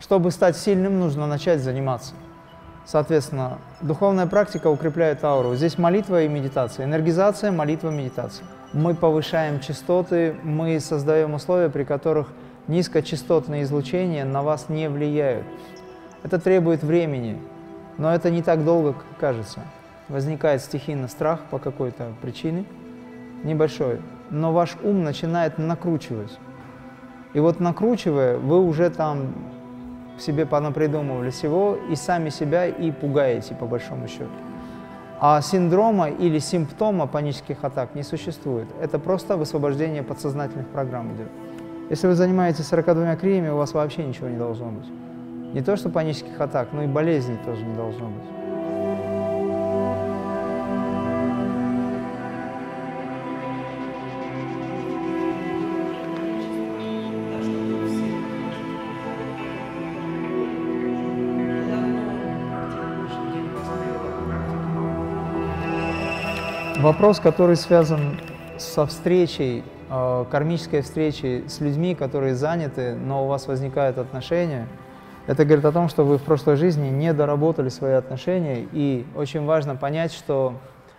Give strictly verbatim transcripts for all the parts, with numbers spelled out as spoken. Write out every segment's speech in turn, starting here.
Чтобы стать сильным, нужно начать заниматься. Соответственно, духовная практика укрепляет ауру. Здесь молитва и медитация. Энергизация, молитва, медитация. Мы повышаем частоты, мы создаем условия, при которых низкочастотные излучения на вас не влияют. Это требует времени, но это не так долго, как кажется. Возникает стихийно страх по какой-то причине, небольшой, но ваш ум начинает накручивать. И вот накручивая, вы уже там в себе понапридумывали всего и сами себя и пугаете, по большому счету. А синдрома или симптома панических атак не существует. Это просто высвобождение подсознательных программ идет. Если вы занимаетесь сороками двумя криями, у вас вообще ничего не должно быть. Не то, что панических атак, но и болезней тоже не должно быть. Вопрос, который связан со встречей, э, кармической встречей с людьми, которые заняты, но у вас возникают отношения, это говорит о том, что вы в прошлой жизни не доработали свои отношения, и очень важно понять, что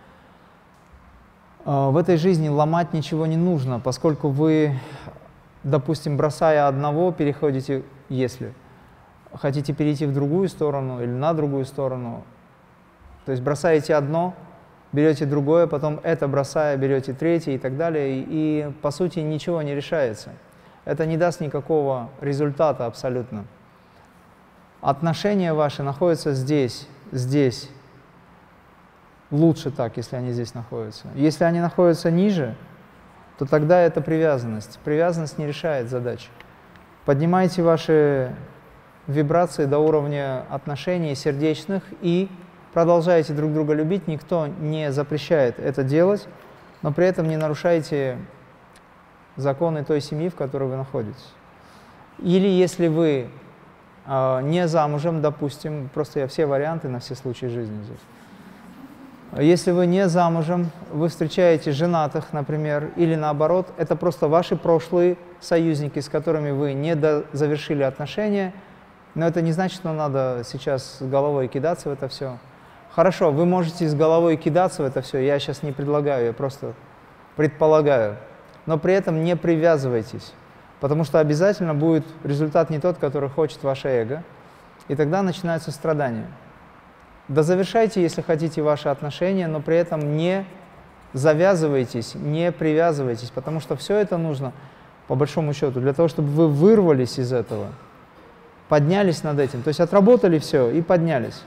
э, в этой жизни ломать ничего не нужно, поскольку вы, допустим, бросая одного, переходите, если хотите перейти в другую сторону или на другую сторону, то есть бросаете одно, берете другое, потом это бросая, берете третье и так далее, и, по сути, ничего не решается. Это не даст никакого результата абсолютно. Отношения ваши находятся здесь, здесь. Лучше так, если они здесь находятся. Если они находятся ниже, то тогда это привязанность. Привязанность не решает задачи. Поднимайте ваши вибрации до уровня отношений сердечных и продолжайте друг друга любить, никто не запрещает это делать, но при этом не нарушайте законы той семьи, в которой вы находитесь. Или если вы э, не замужем, допустим, просто я все варианты на все случаи жизни здесь. Если вы не замужем, вы встречаете женатых, например, или наоборот, это просто ваши прошлые союзники, с которыми вы не завершили отношения, но это не значит, что надо сейчас головой кидаться в это все. Хорошо, вы можете с головой кидаться в это все, я сейчас не предлагаю, я просто предполагаю. Но при этом не привязывайтесь, потому что обязательно будет результат не тот, который хочет ваше эго, и тогда начинаются страдания. Дозавершайте, если хотите, ваши отношения, но при этом не завязывайтесь, не привязывайтесь, потому что все это нужно, по большому счету, для того, чтобы вы вырвались из этого, поднялись над этим, то есть отработали все и поднялись.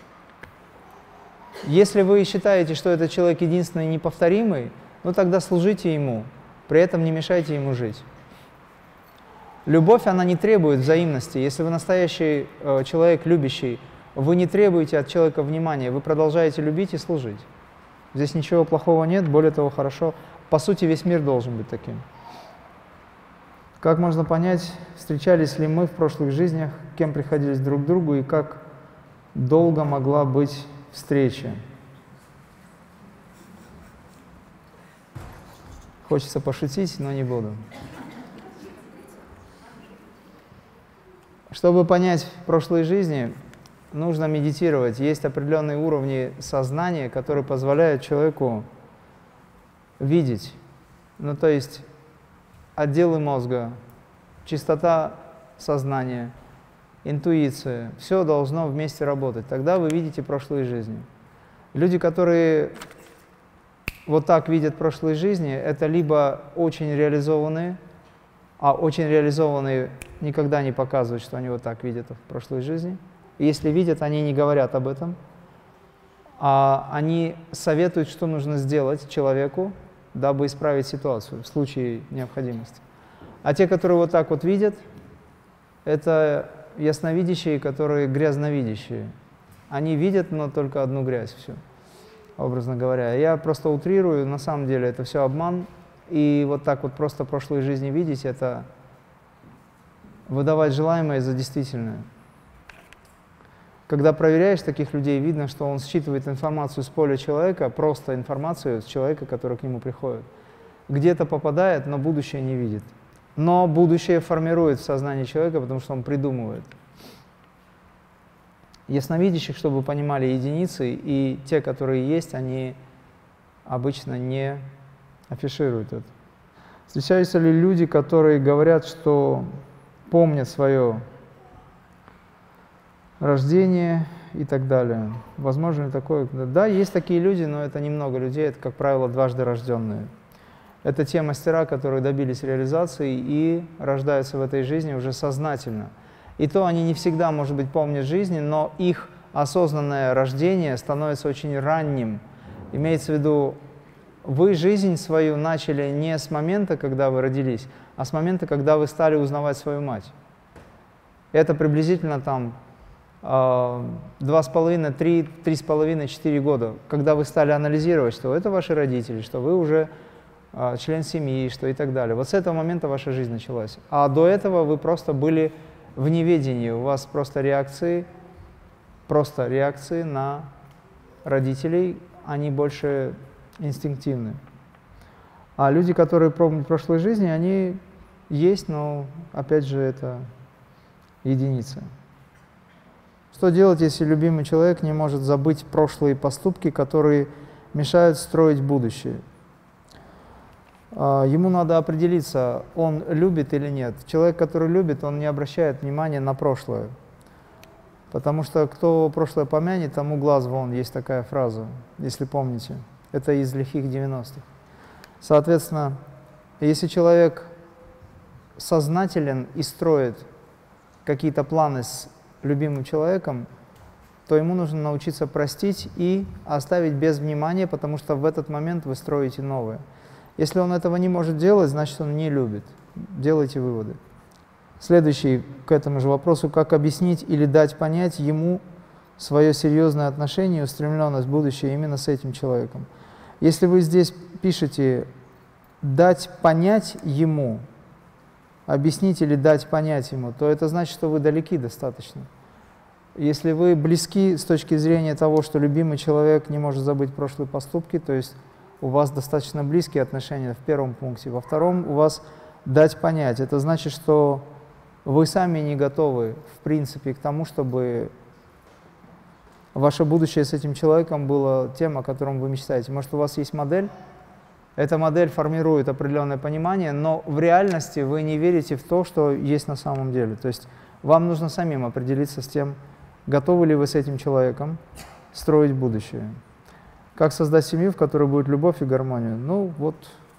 Если вы считаете, что этот человек единственный и неповторимый, ну тогда служите ему, при этом не мешайте ему жить. Любовь, она не требует взаимности. Если вы настоящий э, человек любящий, вы не требуете от человека внимания, вы продолжаете любить и служить. Здесь ничего плохого нет, более того, хорошо. По сути, весь мир должен быть таким. Как можно понять, встречались ли мы в прошлых жизнях, кем приходились друг к другу и как долго могла быть встреча? Хочется пошутить, но не буду. Чтобы понять прошлые жизни, нужно медитировать. Есть определенные уровни сознания, которые позволяют человеку видеть. Ну, то есть отделы мозга, чистота сознания, интуиция, все должно вместе работать. Тогда вы видите прошлые жизни. Люди, которые вот так видят прошлые жизни, это либо очень реализованные, а очень реализованные никогда не показывают, что они вот так видят в прошлой жизни. И если видят, они не говорят об этом, а они советуют, что нужно сделать человеку, дабы исправить ситуацию в случае необходимости. А те, которые вот так вот видят, это ясновидящие, которые грязновидящие. Они видят, но только одну грязь, все, образно говоря. Я просто утрирую, на самом деле это все обман. И вот так вот просто прошлые жизни видеть, это выдавать желаемое за действительное. Когда проверяешь таких людей, видно, что он считывает информацию с поля человека, просто информацию с человека, который к нему приходит. Где-то попадает, но будущее не видит. Но будущее формирует в сознании человека, потому что он придумывает. ясновидящих, чтобы вы понимали, единицы, и те, которые есть, они обычно не афишируют это. Встречаются ли люди, которые говорят, что помнят свое рождение и так далее? Возможно ли такое? Да, есть такие люди, но это немного людей, это, как правило, дважды рожденные. Это те мастера, которые добились реализации и рождаются в этой жизни уже сознательно. И то они не всегда, может быть, помнят жизни, но их осознанное рождение становится очень ранним. Имеется в виду, вы жизнь свою начали не с момента, когда вы родились, а с момента, когда вы стали узнавать свою мать. Это приблизительно там два с половиной, три, три с половиной, четыре года, когда вы стали анализировать, что это ваши родители, что вы уже э, член семьи, что и так далее. Вот с этого момента ваша жизнь началась. А до этого вы просто были в неведении, у вас просто реакции, просто реакции на родителей, они больше инстинктивны. А люди, которые помнят прошлой жизни, они есть, но, опять же, это единицы. Что делать, если любимый человек не может забыть прошлые поступки, которые мешают строить будущее? Ему надо определиться, он любит или нет. Человек, который любит, он не обращает внимания на прошлое. Потому что кто прошлое помянет, тому глаз вон, есть такая фраза, если помните. Это из лихих девяностых. Соответственно, если человек сознателен и строит какие-то планы с любимым человеком, то ему нужно научиться простить и оставить без внимания, потому что в этот момент вы строите новое. Если он этого не может делать, значит, он не любит. Делайте выводы. Следующий к этому же вопросу: как объяснить или дать понять ему свое серьезное отношение и устремленность в будущее именно с этим человеком. Если вы здесь пишете «дать понять ему», объяснить или дать понять ему, то это значит, что вы далеки достаточно. Если вы близки с точки зрения того, что любимый человек не может забыть прошлые поступки, то есть у вас достаточно близкие отношения в первом пункте. Во втором у вас дать понять. Это значит, что вы сами не готовы, в принципе, к тому, чтобы ваше будущее с этим человеком было тем, о котором вы мечтаете. Может, у вас есть модель? Эта модель формирует определенное понимание, но в реальности вы не верите в то, что есть на самом деле. То есть вам нужно самим определиться с тем, готовы ли вы с этим человеком строить будущее. Как создать семью, в которой будет любовь и гармония? Ну вот,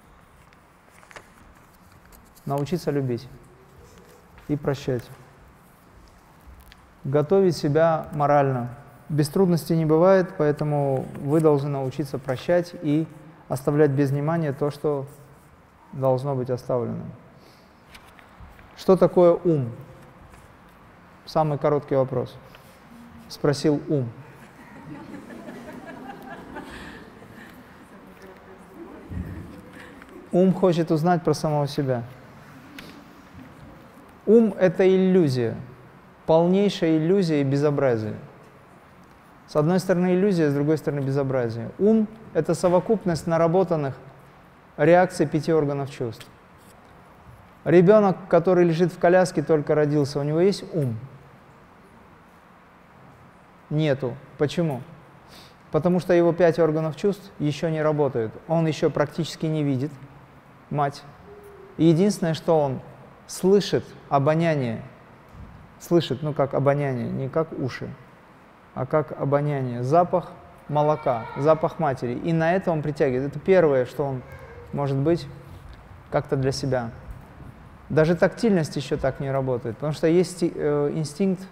научиться любить и прощать. Готовить себя морально. Без трудностей не бывает, поэтому вы должны научиться прощать и оставлять без внимания то, что должно быть оставлено. Что такое ум? Самый короткий вопрос. Спросил ум. Ум хочет узнать про самого себя. Ум — это иллюзия, полнейшая иллюзия и безобразие. С одной стороны иллюзия, с другой стороны безобразие. Ум — это совокупность наработанных реакций пяти органов чувств. Ребенок, который лежит в коляске, только родился, у него есть ум? Нету. Почему? Потому что его пять органов чувств еще не работают. Он еще практически не видит мать. И единственное, что он слышит, обоняние, слышит, ну как обоняние, не как уши, а как обоняние, запах молока, запах матери. И на это он притягивает. Это первое, что он может быть как-то для себя. Даже тактильность еще так не работает, потому что есть э, инстинкт,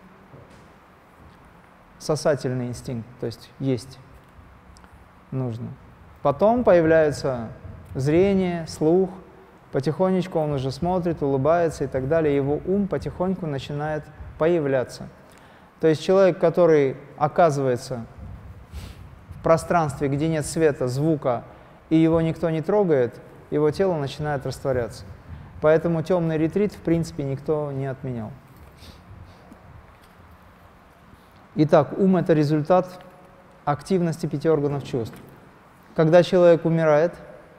сосательный инстинкт, то есть есть нужно. Потом появляется зрение, слух, потихонечку он уже смотрит, улыбается и так далее, его ум потихоньку начинает появляться. То есть человек, который оказывается в пространстве, где нет света, звука, и его никто не трогает, его тело начинает растворяться. Поэтому темный ретрит, в принципе, никто не отменял. Итак, ум — это результат активности пяти органов чувств. Когда человек умирает,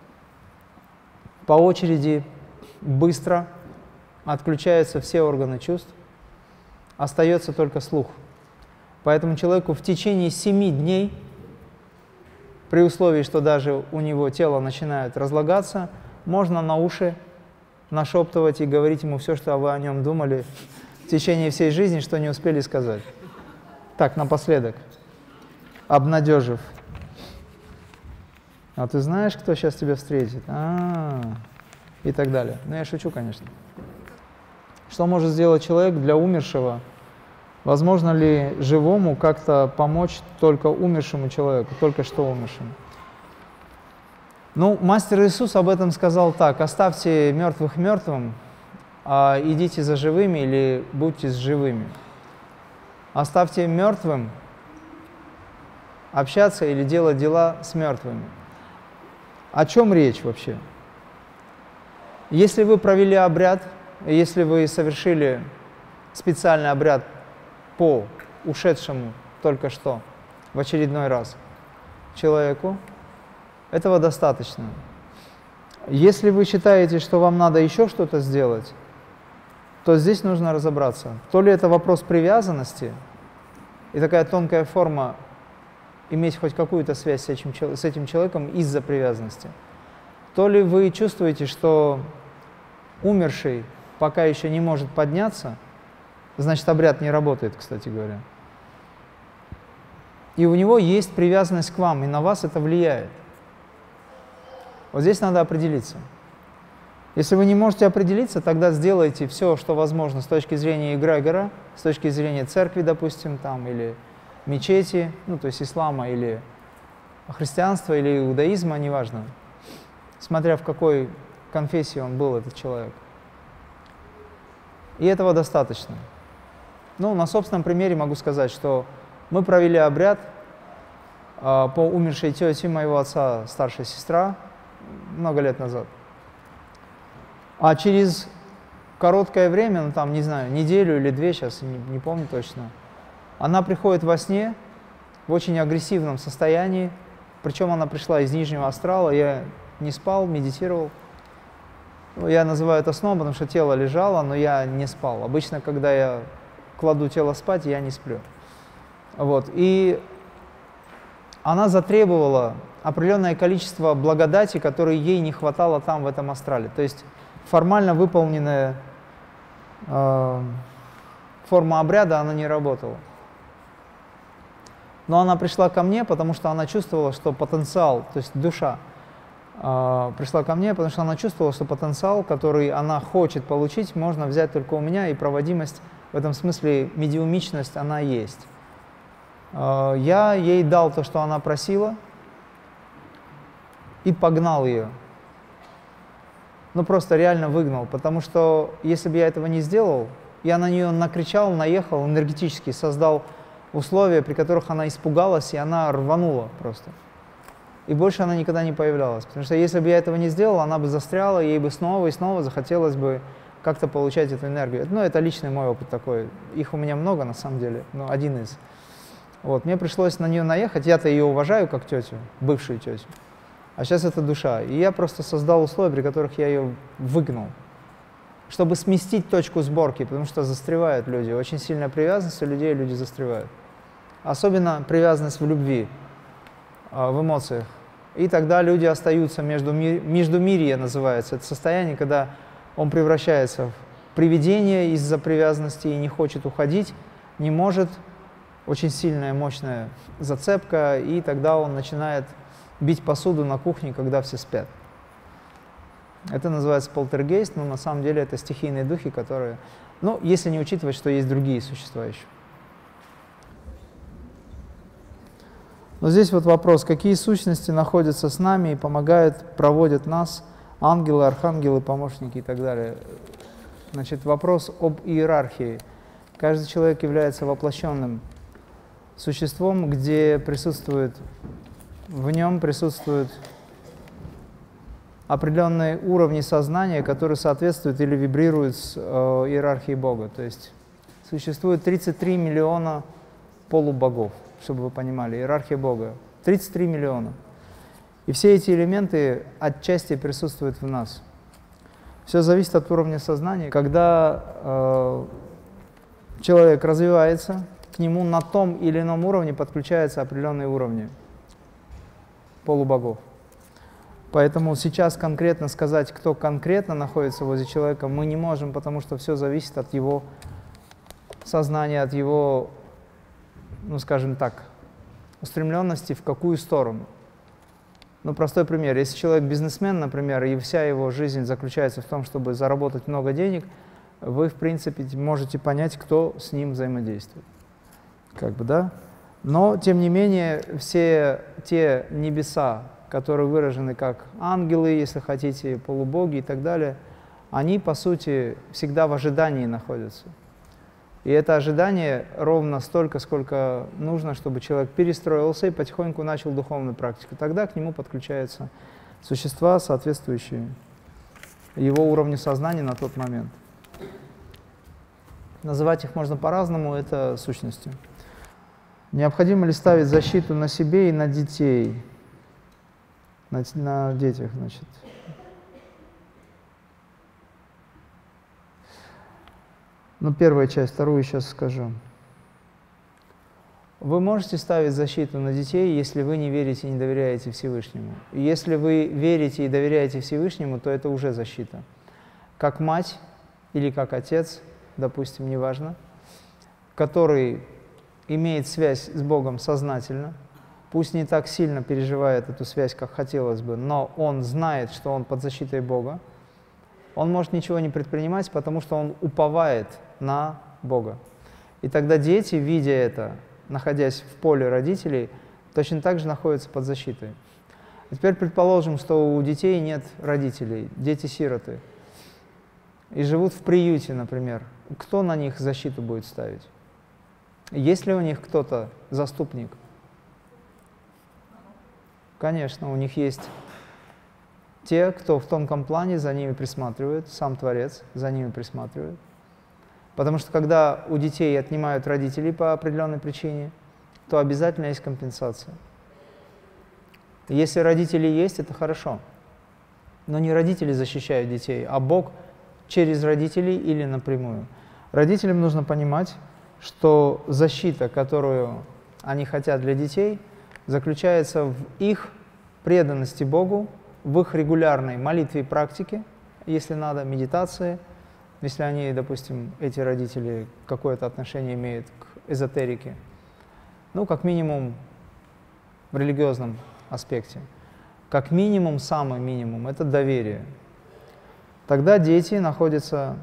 по очереди быстро отключаются все органы чувств, остается только слух. Поэтому человеку в течение семи дней, при условии, что даже у него тело начинает разлагаться, можно на уши нашептывать и говорить ему все, что вы о нем думали в течение всей жизни, что не успели сказать. Так, напоследок, обнадежив. А ты знаешь, кто сейчас тебя встретит? А-а-а. И так далее. Ну, я шучу, конечно. Что может сделать человек для умершего? Возможно ли живому как-то помочь только умершему человеку, только что умершему? Ну, Мастер Иисус об этом сказал так: оставьте мертвых мертвым, а идите за живыми или будьте с живыми. Оставьте мертвым общаться или делать дела с мертвыми. О чем речь вообще? Если вы провели обряд, если вы совершили специальный обряд по ушедшему только что в очередной раз человеку, этого достаточно. Если вы считаете, что вам надо еще что-то сделать, то здесь нужно разобраться. То ли это вопрос привязанности, и такая тонкая форма иметь хоть какую-то связь с этим, с этим человеком из-за привязанности, то ли вы чувствуете, что умерший пока еще не может подняться, значит, обряд не работает, кстати говоря. И у него есть привязанность к вам, и на вас это влияет. Вот здесь надо определиться. Если вы не можете определиться, тогда сделайте все, что возможно с точки зрения эгрегора, с точки зрения церкви, допустим, там, или мечети, ну, то есть ислама, или христианства, или иудаизма, неважно, смотря в какой конфессии он был, этот человек. И этого достаточно. Ну, на собственном примере могу сказать, что мы провели обряд э, по умершей тете моего отца, старшая сестра, много лет назад. А через короткое время, ну там, не знаю, неделю или две, сейчас не, не помню точно, она приходит во сне в очень агрессивном состоянии, причем она пришла из нижнего астрала, я не спал, медитировал. Я называю это сном, потому что тело лежало, но я не спал. Обычно, когда я кладу тело спать, я не сплю. Вот. И она затребовала определенное количество благодати, которой ей не хватало там, в этом астрале. То есть формально выполненная э, форма обряда, она не работала. Но она пришла ко мне, потому что она чувствовала, что потенциал, то есть душа, э, пришла ко мне, потому что она чувствовала, что потенциал, который она хочет получить, можно взять только у меня, и проводимость, в этом смысле медиумичность, она есть. Э, я ей дал то, что она просила, и погнал ее. Ну, просто реально выгнал, потому что если бы я этого не сделал, я на нее накричал, наехал, энергетически создал условия, при которых она испугалась, и она рванула просто. И больше она никогда не появлялась. Потому что если бы я этого не сделал, она бы застряла, ей бы снова и снова захотелось бы как-то получать эту энергию. Ну, это личный мой опыт такой. Их у меня много, на самом деле, но один из. Вот, мне пришлось на нее наехать. Я-то ее уважаю как тетю, бывшую тетю. А сейчас это душа. И я просто создал условия, при которых я ее выгнал, чтобы сместить точку сборки, потому что застревают люди. Очень сильная привязанность у людей, люди застревают. Особенно привязанность в любви, в эмоциях. И тогда люди остаются между, междумирье, называется. Это состояние, когда он превращается в привидение из-за привязанности и не хочет уходить, не может, очень сильная, мощная зацепка, и тогда он начинает бить посуду на кухне, когда все спят. Это называется полтергейст, но на самом деле это стихийные духи, которые, ну, если не учитывать, что есть другие существа еще. Но здесь вот вопрос, какие сущности находятся с нами и помогают, проводят нас, ангелы, архангелы, помощники и так далее. Значит, вопрос об иерархии. Каждый человек является воплощенным существом, где присутствует, в нем присутствуют определенные уровни сознания, которые соответствуют или вибрируют с э, иерархией Бога. То есть существует тридцать три миллиона полубогов, чтобы вы понимали, иерархия Бога. тридцать три миллиона. И все эти элементы отчасти присутствуют в нас. Все зависит от уровня сознания. Когда э, человек развивается, нему на том или ином уровне подключаются определенные уровни полубогов. Поэтому сейчас конкретно сказать, кто конкретно находится возле человека, мы не можем, потому что все зависит от его сознания, от его, ну скажем так, устремленности в какую сторону. Ну, простой пример. Если человек бизнесмен, например, и вся его жизнь заключается в том, чтобы заработать много денег, вы, в принципе, можете понять, кто с ним взаимодействует. Как бы, да? Но, тем не менее, все те небеса, которые выражены как ангелы, если хотите, полубоги и так далее, они, по сути, всегда в ожидании находятся. И это ожидание ровно столько, сколько нужно, чтобы человек перестроился и потихоньку начал духовную практику. Тогда к нему подключаются существа, соответствующие его уровню сознания на тот момент. Называть их можно по-разному, это сущности. Необходимо ли ставить защиту на себе и на детей? На, на детях, значит. Ну, первая часть, вторую сейчас скажу. Вы можете ставить защиту на детей, если вы не верите и не доверяете Всевышнему. И если вы верите и доверяете Всевышнему, то это уже защита. Как мать или как отец, допустим, неважно, который имеет связь с Богом сознательно, пусть не так сильно переживает эту связь, как хотелось бы, но он знает, что он под защитой Бога, он может ничего не предпринимать, потому что он уповает на Бога. И тогда дети, видя это, находясь в поле родителей, точно так же находятся под защитой. А теперь предположим, что у детей нет родителей, дети-сироты, и живут в приюте, например. Кто на них защиту будет ставить? Есть ли у них кто-то заступник? Конечно, у них есть те, кто в тонком плане за ними присматривает, сам Творец за ними присматривает. Потому что когда у детей отнимают родителей по определенной причине, то обязательно есть компенсация. Если родители есть, это хорошо. Но не родители защищают детей, а Бог через родителей или напрямую. Родителям нужно понимать, что защита, которую они хотят для детей, заключается в их преданности Богу, в их регулярной молитве и практике, если надо, медитации, если они, допустим, эти родители какое-то отношение имеют к эзотерике, ну, как минимум в религиозном аспекте. Как минимум, самый минимум, это доверие. Тогда дети находятся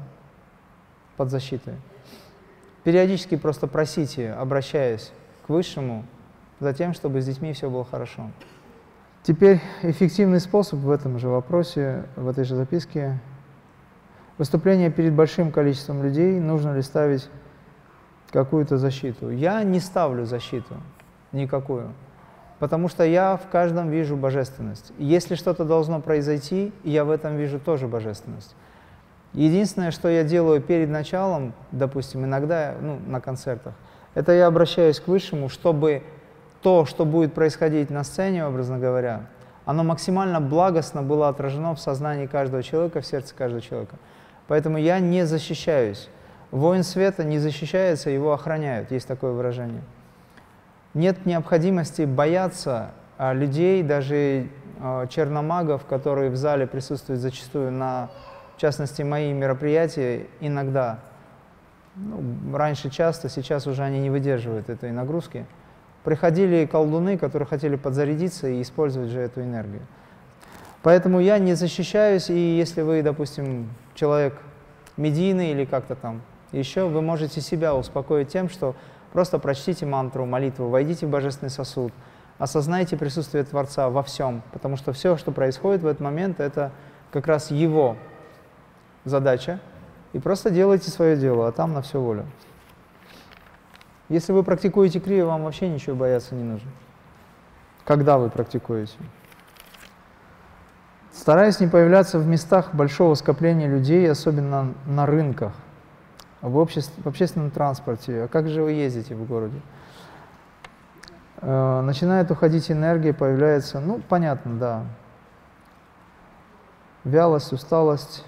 под защитой. Периодически просто просите, обращаясь к Высшему, за тем, чтобы с детьми все было хорошо. Теперь эффективный способ в этом же вопросе, в этой же записке. Выступление перед большим количеством людей, нужно ли ставить какую-то защиту? Я не ставлю защиту никакую, потому что я в каждом вижу божественность. Если что-то должно произойти, я в этом вижу тоже божественность. Единственное, что я делаю перед началом, допустим, иногда ну, на концертах, это я обращаюсь к Высшему, чтобы то, что будет происходить на сцене, образно говоря, оно максимально благостно было отражено в сознании каждого человека, в сердце каждого человека. Поэтому я не защищаюсь. Воин света не защищается, его охраняют, есть такое выражение. Нет необходимости бояться а, людей, даже а, черномагов, которые в зале присутствуют зачастую на, в частности, мои мероприятия иногда. Ну, раньше часто, сейчас уже они не выдерживают этой нагрузки. Приходили колдуны, которые хотели подзарядиться и использовать же эту энергию. Поэтому я не защищаюсь, и если вы, допустим, человек медийный или как-то там еще, вы можете себя успокоить тем, что просто прочтите мантру, молитву, войдите в божественный сосуд, осознайте присутствие Творца во всем, потому что все, что происходит в этот момент, это как раз Его задача, и просто делайте свое дело, а там на все воля. Если вы практикуете крию, вам вообще ничего бояться не нужно. Когда вы практикуете? Стараюсь не появляться в местах большого скопления людей, особенно на рынках, в, обществ, в общественном транспорте. А как же вы ездите в городе? Э, начинает уходить энергия, появляется, ну, понятно, да, вялость, усталость.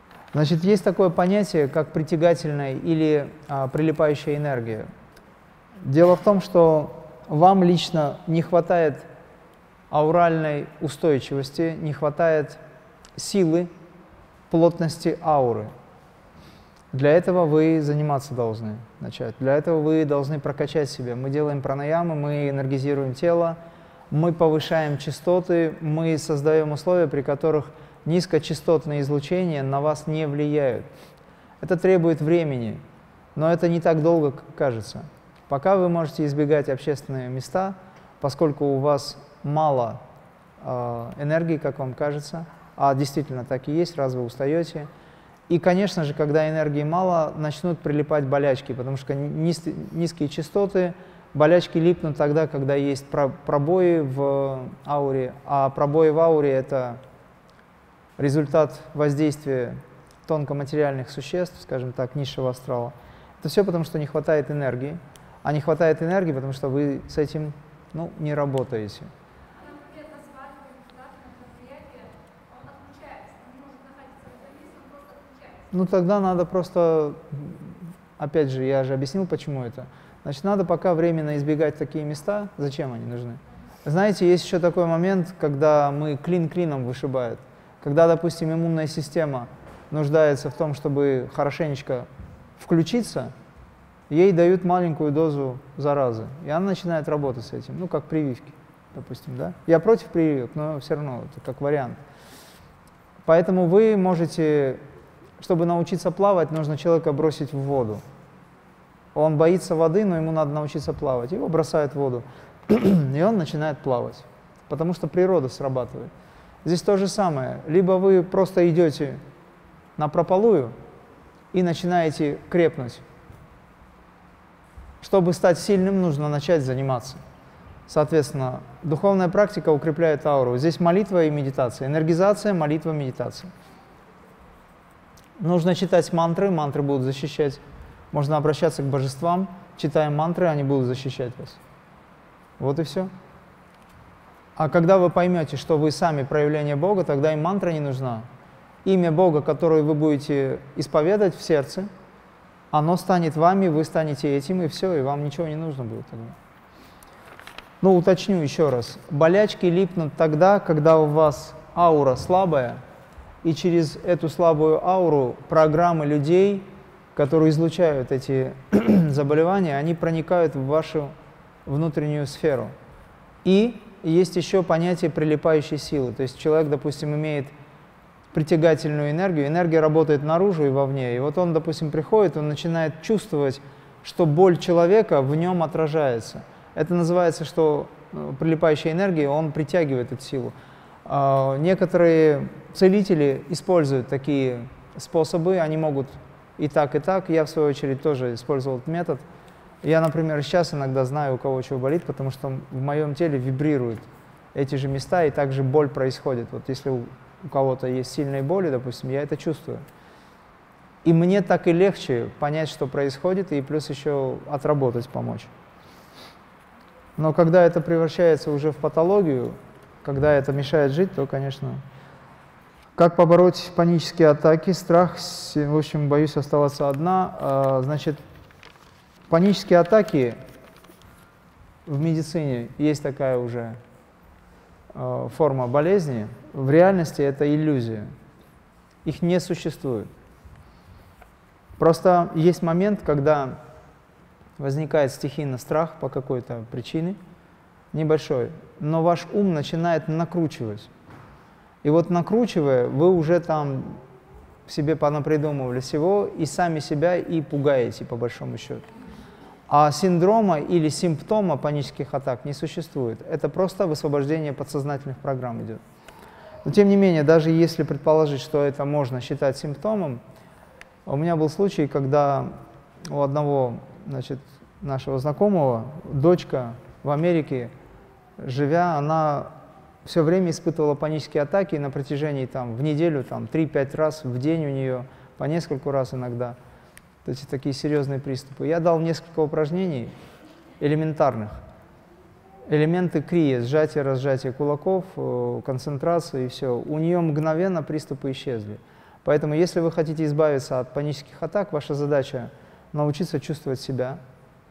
Значит, есть такое понятие, как притягательная или а, прилипающая энергия. Дело в том, что вам лично не хватает ауральной устойчивости, не хватает силы, плотности ауры. Для этого вы заниматься должны начать. Для этого вы должны прокачать себя. Мы делаем пранаямы, мы энергизируем тело, мы повышаем частоты, мы создаем условия, при которых низкочастотные излучения на вас не влияют. Это требует времени, но это не так долго, как кажется. Пока вы можете избегать общественные места, поскольку у вас мало э, энергии, как вам кажется, а действительно так и есть, раз вы устаете. И, конечно же, когда энергии мало, начнут прилипать болячки, потому что низ, низкие частоты, болячки липнут тогда, когда есть пробои в ауре, а пробои в ауре – это результат воздействия тонкоматериальных существ, скажем так, низшего астрала. Это все потому, что не хватает энергии. А не хватает энергии, потому что вы с этим ну, не работаете. Ну, тогда надо просто, опять же, я же объяснил, почему это. Значит, надо пока временно избегать такие места. Зачем они нужны? Знаете, есть еще такой момент, когда мы клин клином вышибают. Когда, допустим, иммунная система нуждается в том, чтобы хорошенечко включиться, ей дают маленькую дозу заразы, и она начинает работать с этим, ну, как прививки, допустим, да? Я против прививок, но все равно это как вариант. Поэтому вы можете, чтобы научиться плавать, нужно человека бросить в воду. Он боится воды, но ему надо научиться плавать. Его бросают в воду, и он начинает плавать, потому что природа срабатывает. Здесь то же самое. Либо вы просто идете напропалую и начинаете крепнуть. Чтобы стать сильным, нужно начать заниматься. Соответственно, духовная практика укрепляет ауру. Здесь молитва и медитация. Энергизация, молитва, медитация. Нужно читать мантры, мантры будут защищать. Можно обращаться к божествам, читая мантры, они будут защищать вас. Вот и все. А когда вы поймете, что вы сами проявление Бога, тогда и мантра не нужна. Имя Бога, которое вы будете исповедать в сердце, оно станет вами, вы станете этим, и все, и вам ничего не нужно будет тогда. Ну, уточню еще раз. Болячки липнут тогда, когда у вас аура слабая, и через эту слабую ауру программы людей, которые излучают эти заболевания, они проникают в вашу внутреннюю сферу. И есть еще понятие прилипающей силы. То есть человек, допустим, имеет притягательную энергию, энергия работает наружу и вовне. И вот он, допустим, приходит, он начинает чувствовать, что боль человека в нем отражается. Это называется, что прилипающая энергия, он притягивает эту силу. Некоторые целители используют такие способы, они могут и так, и так. Я, в свою очередь, тоже использовал этот метод. Я, например, сейчас иногда знаю, у кого чего болит, потому что в моем теле вибрируют эти же места, и также боль происходит. Вот если у у кого-то есть сильные боли, допустим, я это чувствую. И мне так и легче понять, что происходит, и плюс еще отработать, помочь. Но когда это превращается уже в патологию, когда это мешает жить, то, конечно... Как побороть панические атаки, страх? В общем, боюсь оставаться одна. Значит, панические атаки в медицине есть такая уже форма болезни. В реальности это иллюзия. Их не существует. Просто есть момент, когда возникает стихийно страх по какой-то причине, небольшой, но ваш ум начинает накручивать. И вот накручивая, вы уже там себе понапридумывали всего и сами себя и пугаете, по большому счету. А синдрома или симптома панических атак не существует. Это просто высвобождение подсознательных программ идет. Но тем не менее, даже если предположить, что это можно считать симптомом, у меня был случай, когда у одного, значит, нашего знакомого дочка в Америке, живя, она все время испытывала панические атаки на протяжении там, в неделю там, три-пять раз в день у нее, по нескольку раз иногда. Эти такие серьезные приступы. Я дал несколько упражнений элементарных. Элементы крия, сжатие, разжатие кулаков, концентрация и все. У нее мгновенно приступы исчезли. Поэтому, если вы хотите избавиться от панических атак, ваша задача научиться чувствовать себя,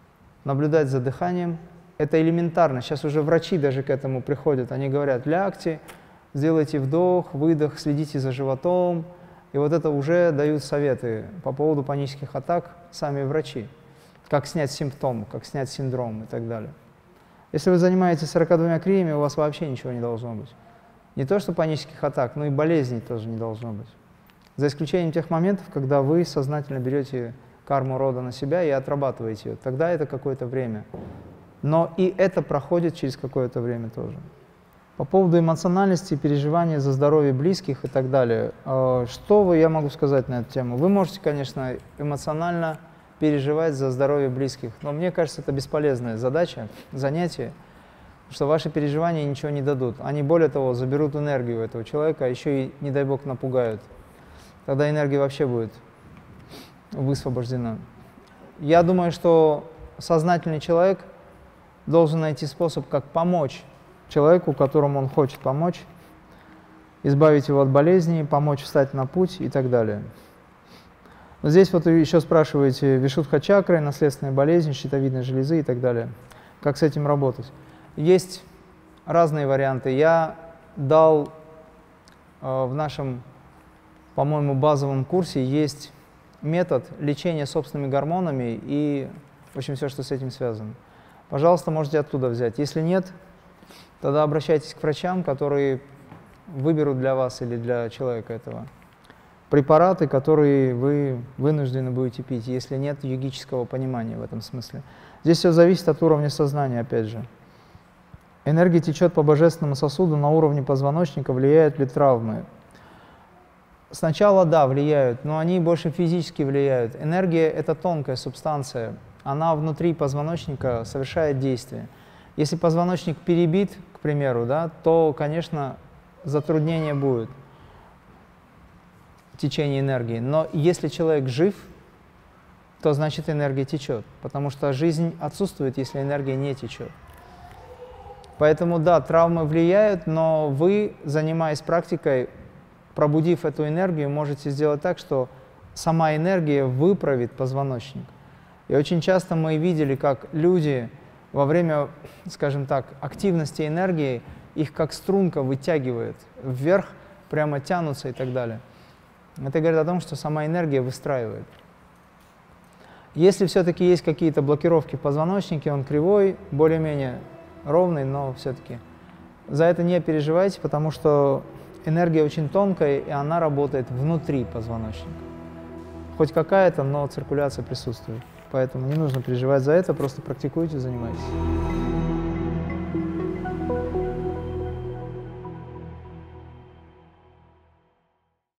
наблюдать за дыханием. Это элементарно. Сейчас уже врачи даже к этому приходят. Они говорят: лягте, сделайте вдох, выдох, следите за животом. И вот это уже дают советы по поводу панических атак сами врачи. Как снять симптом, как снять синдром и так далее. Если вы занимаетесь сороками двумя криями, у вас вообще ничего не должно быть. Не то что панических атак, но и болезней тоже не должно быть. За исключением тех моментов, когда вы сознательно берете карму рода на себя и отрабатываете ее. Тогда это какое-то время. Но и это проходит через какое-то время тоже. По поводу эмоциональности, переживания за здоровье близких и так далее. Что вы, я могу сказать на эту тему? Вы можете, конечно, эмоционально переживать за здоровье близких, но мне кажется, это бесполезная задача, занятие, что ваши переживания ничего не дадут. Они, более того, заберут энергию этого человека, а еще и, не дай бог, напугают. Тогда энергия вообще будет высвобождена. Я думаю, что сознательный человек должен найти способ, как помочь человеку, которому он хочет помочь, избавить его от болезней, помочь встать на путь и так далее. Здесь вот еще спрашиваете вишудха-чакры, наследственные болезни, щитовидной железы и так далее. Как с этим работать? Есть разные варианты. Я дал э, в нашем, по-моему, базовом курсе есть метод лечения собственными гормонами и, в общем, все, что с этим связано. Пожалуйста, можете оттуда взять. Если нет, тогда обращайтесь к врачам, которые выберут для вас или для человека этого препараты, которые вы вынуждены будете пить, если нет йогического понимания в этом смысле. Здесь все зависит от уровня сознания, опять же. Энергия течет по божественному сосуду на уровне позвоночника, влияют ли травмы? Сначала, да, влияют, но они больше физически влияют. Энергия – это тонкая субстанция, она внутри позвоночника совершает действие. Если позвоночник перебит, к примеру, да, то, конечно, затруднение будет в течение энергии. Но если человек жив, то значит энергия течет, потому что жизнь отсутствует, если энергия не течет. Поэтому, да, травмы влияют, но вы, занимаясь практикой, пробудив эту энергию, можете сделать так, что сама энергия выправит позвоночник. И очень часто мы видели, как люди во время, скажем так, активности энергии, их как струнка вытягивает вверх, прямо тянутся и так далее. Это говорит о том, что сама энергия выстраивает. Если все-таки есть какие-то блокировки в позвоночнике, он кривой, более-менее ровный, но все-таки за это не переживайте, потому что энергия очень тонкая, и она работает внутри позвоночника. Хоть какая-то, но циркуляция присутствует. Поэтому не нужно переживать за это, просто практикуйте, занимайтесь.